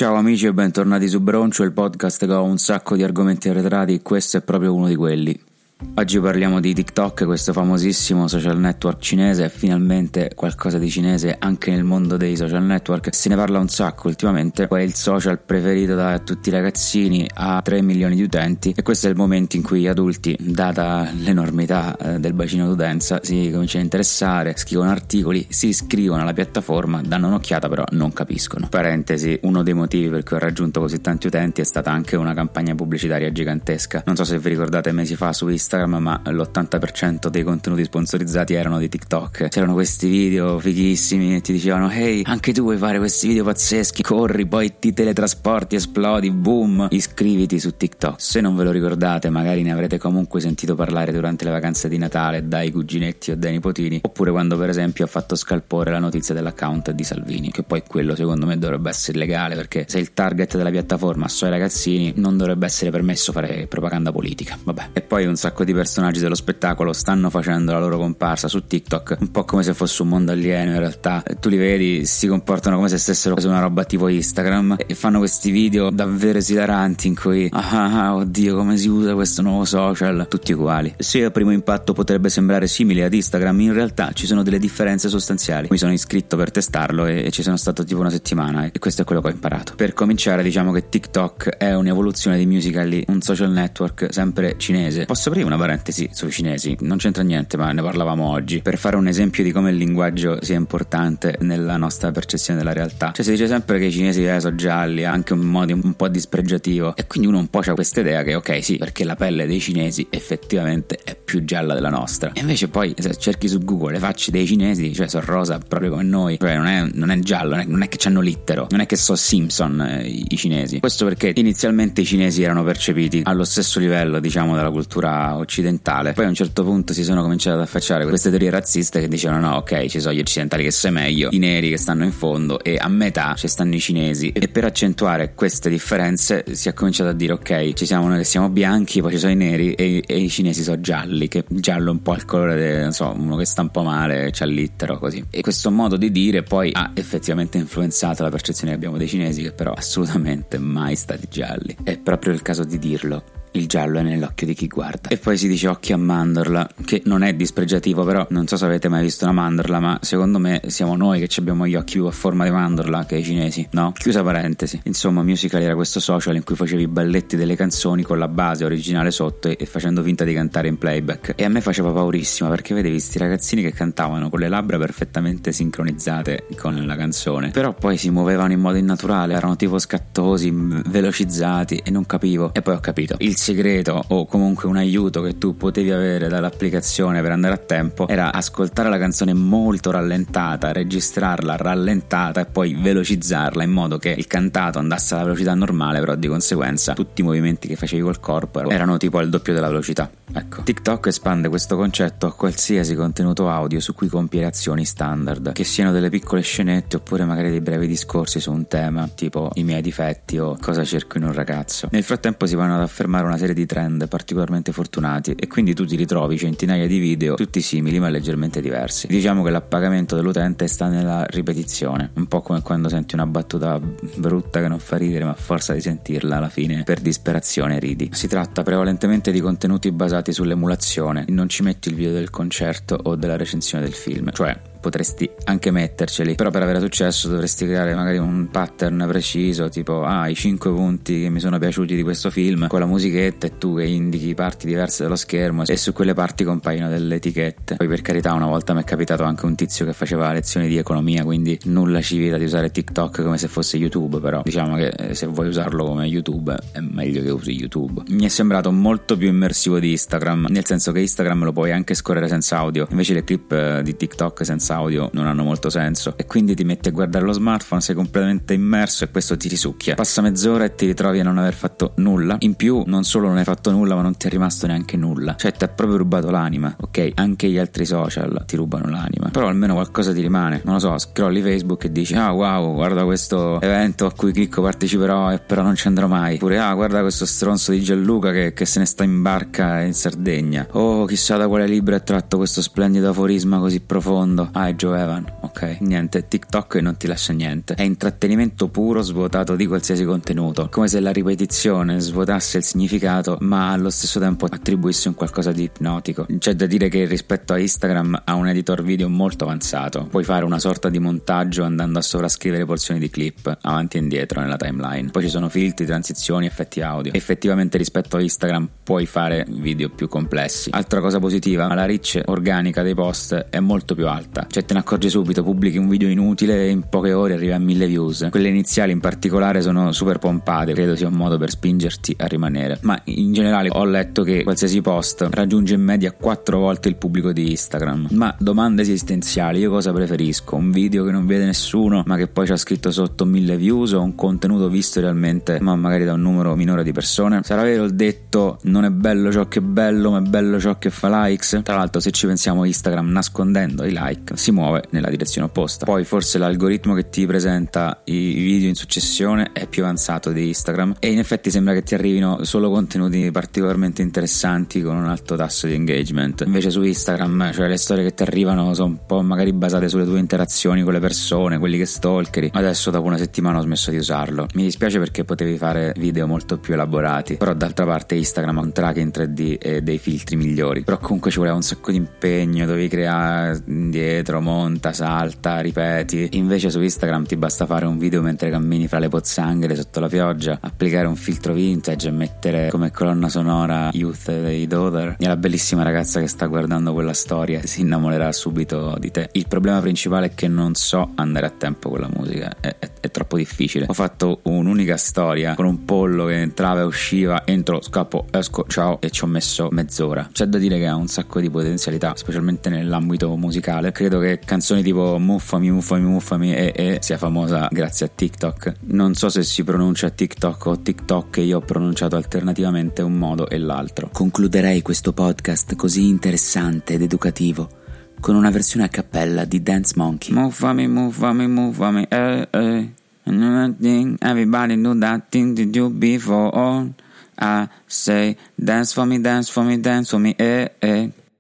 Ciao amici e bentornati su Broncio, il podcast che ha un sacco di argomenti arretrati. Questo è proprio uno di quelli. Oggi parliamo di TikTok, questo famosissimo social network cinese, finalmente qualcosa di cinese anche nel mondo dei social network. Se ne parla un sacco ultimamente, poi è il social preferito da tutti i ragazzini, ha 3 milioni di utenti e questo è il momento in cui gli adulti, data l'enormità del bacino d'utenza, si cominciano a interessare, scrivono articoli, si iscrivono alla piattaforma, danno un'occhiata però non capiscono. Parentesi, uno dei motivi per cui ho raggiunto così tanti utenti è stata anche una campagna pubblicitaria gigantesca. Non so se vi ricordate mesi fa su Instagram, ma l'80% dei contenuti sponsorizzati erano di TikTok. C'erano questi video fighissimi e ti dicevano: ehi, anche tu vuoi fare questi video pazzeschi? Corri, poi ti teletrasporti, esplodi, boom, iscriviti su TikTok. Se non ve lo ricordate, magari ne avrete comunque sentito parlare durante le vacanze di Natale dai cuginetti o dai nipotini, oppure quando per esempio ha fatto scalpore la notizia dell'account di Salvini, che poi quello secondo me dovrebbe essere illegale, perché se il target della piattaforma sono i ragazzini non dovrebbe essere permesso fare propaganda politica. Vabbè. E poi un sacco di personaggi dello spettacolo stanno facendo la loro comparsa su TikTok, un po' come se fosse un mondo alieno in realtà. Tu li vedi, si comportano come se stessero su una roba tipo Instagram e fanno questi video davvero esilaranti in cui oddio, come si usa questo nuovo social, tutti uguali. Se a primo impatto potrebbe sembrare simile ad Instagram, in realtà ci sono delle differenze sostanziali. Mi sono iscritto per testarlo e ci sono stato tipo una settimana e questo è quello che ho imparato. Per cominciare, diciamo che TikTok è un'evoluzione di Musical.ly, un social network sempre cinese. Posso aprire una parentesi sui cinesi? Non c'entra niente, ma ne parlavamo oggi per fare un esempio di come il linguaggio sia importante nella nostra percezione della realtà. Cioè, si dice sempre che i cinesi sono gialli, anche in modo un po' dispregiativo, e quindi uno un po' c'ha questa idea che ok, sì, perché la pelle dei cinesi effettivamente è più gialla della nostra, e invece poi se cerchi su Google le facce dei cinesi, cioè sono rosa proprio come noi, cioè non è giallo, non è che c'hanno l'ittero, non è che so Simpson i cinesi. Questo perché inizialmente i cinesi erano percepiti allo stesso livello, diciamo, della cultura occidentale. Poi a un certo punto si sono cominciate ad affacciare queste teorie razziste che dicevano: no, ok, ci sono gli occidentali che sono meglio, i neri che stanno in fondo e a metà ci stanno i cinesi. E per accentuare queste differenze si è cominciato a dire: ok, ci siamo noi che siamo bianchi, poi ci sono i neri e i cinesi sono gialli, che giallo è un po' il colore non so, uno che sta un po' male, c'ha l'ittero, così. E questo modo di dire poi ha effettivamente influenzato la percezione che abbiamo dei cinesi, che però assolutamente mai stati gialli. È proprio il caso di dirlo. Il giallo è nell'occhio di chi guarda. E poi si dice occhi a mandorla, che non è dispregiativo, però non so se avete mai visto una mandorla, ma secondo me siamo noi che abbiamo gli occhi più a forma di mandorla che i cinesi, no? Chiusa parentesi. Insomma, Musical.ly era questo social in cui facevi i balletti delle canzoni con la base originale sotto e facendo finta di cantare in playback. E a me faceva paurissima, perché vedevi sti ragazzini che cantavano con le labbra perfettamente sincronizzate con la canzone, però poi si muovevano in modo innaturale, erano tipo scattosi, velocizzati, e non capivo. E poi ho capito. Il segreto, o comunque un aiuto che tu potevi avere dall'applicazione per andare a tempo, era ascoltare la canzone molto rallentata, registrarla rallentata e poi velocizzarla in modo che il cantato andasse alla velocità normale, però di conseguenza tutti i movimenti che facevi col corpo erano tipo al doppio della velocità. Ecco, TikTok espande questo concetto a qualsiasi contenuto audio su cui compie azioni standard, che siano delle piccole scenette oppure magari dei brevi discorsi su un tema, tipo i miei difetti o cosa cerco in un ragazzo. Nel frattempo si vanno ad affermare una serie di trend particolarmente fortunati e quindi tu ti ritrovi centinaia di video tutti simili ma leggermente diversi. Diciamo che l'appagamento dell'utente sta nella ripetizione, un po' come quando senti una battuta brutta che non fa ridere, ma a forza di sentirla alla fine per disperazione ridi. Si tratta prevalentemente di contenuti basati sull'emulazione, non ci metti il video del concerto o della recensione del film, cioè potresti anche metterceli, però per avere successo dovresti creare magari un pattern preciso, tipo i 5 punti che mi sono piaciuti di questo film, con la musichetta e tu che indichi parti diverse dello schermo e su quelle parti compaiono delle etichette. Poi per carità, una volta mi è capitato anche un tizio che faceva lezioni di economia, quindi nulla ci vieta di usare TikTok come se fosse YouTube, però diciamo che se vuoi usarlo come YouTube è meglio che usi YouTube. Mi è sembrato molto più immersivo di Instagram, nel senso che Instagram lo puoi anche scorrere senza audio, invece le clip di TikTok senza audio non hanno molto senso, e quindi ti metti a guardare lo smartphone, sei completamente immerso e questo ti risucchia. Passa mezz'ora e ti ritrovi a non aver fatto nulla. In più non solo non hai fatto nulla, ma non ti è rimasto neanche nulla, cioè ti ha proprio rubato l'anima. Ok, anche gli altri social ti rubano l'anima, però almeno qualcosa ti rimane. Non lo so, scrolli Facebook e dici: wow, guarda questo evento a cui clicco parteciperò e però non ci andrò mai. Oppure guarda questo stronzo di Gianluca che se ne sta in barca in Sardegna. Oh, chissà da quale libro è tratto questo splendido aforisma così profondo. Joe Evan, ok? Niente, TikTok non ti lascia niente, è intrattenimento puro svuotato di qualsiasi contenuto, come se la ripetizione svuotasse il significato ma allo stesso tempo attribuisse un qualcosa di ipnotico. C'è da dire che rispetto a Instagram ha un editor video molto avanzato, puoi fare una sorta di montaggio andando a sovrascrivere porzioni di clip avanti e indietro nella timeline, poi ci sono filtri, transizioni, effetti audio. Effettivamente rispetto a Instagram puoi fare video più complessi. Altra cosa positiva, la reach organica dei post è molto più alta, cioè te ne accorgi subito, pubblichi un video inutile e in poche ore arriva a 1000 views. Quelle iniziali in particolare sono super pompate, credo sia un modo per spingerti a rimanere, ma in generale ho letto che qualsiasi post raggiunge in media 4 volte il pubblico di Instagram. Ma domande esistenziali, io cosa preferisco? Un video che non vede nessuno ma che poi c'ha scritto sotto 1000 views, o un contenuto visto realmente ma magari da un numero minore di persone? Sarà vero il detto non è bello ciò che è bello ma è bello ciò che fa likes? Tra l'altro, se ci pensiamo, Instagram, nascondendo i like, si muove nella direzione opposta. Poi forse l'algoritmo che ti presenta i video in successione è più avanzato di Instagram e in effetti sembra che ti arrivino solo contenuti particolarmente interessanti con un alto tasso di engagement. Invece su Instagram, cioè, le storie che ti arrivano sono un po' magari basate sulle tue interazioni con le persone, quelli che stalkeri. Adesso dopo una settimana ho smesso di usarlo, mi dispiace perché potevi fare video molto più elaborati, però d'altra parte Instagram ha un tracking 3D e dei filtri migliori, però comunque ci voleva un sacco di impegno, dovevi creare indietro, monta, salta, ripeti. Invece su Instagram ti basta fare un video mentre cammini fra le pozzanghere sotto la pioggia, applicare un filtro vintage e mettere come colonna sonora Youth dei Daughter e la bellissima ragazza che sta guardando quella storia si innamorerà subito di te. Il problema principale è che non so andare a tempo con la musica, è troppo difficile. Ho fatto un'unica storia con un pollo che entrava e usciva, entro, scappo, esco, ciao, e ci ho messo mezz'ora. C'è da dire che ha un sacco di potenzialità, specialmente nell'ambito musicale. Credo che canzoni tipo Muffami, Muffami, Muffami e sia famosa grazie a TikTok. Non so se si pronuncia TikTok o TikTok, io ho pronunciato alternativamente un modo e l'altro. Concluderei questo podcast così interessante ed educativo con una versione a cappella di Dance Monkey. Muffami, Muffami, Muffami, everybody do that thing that you before. I say dance for me, dance for me, dance for me,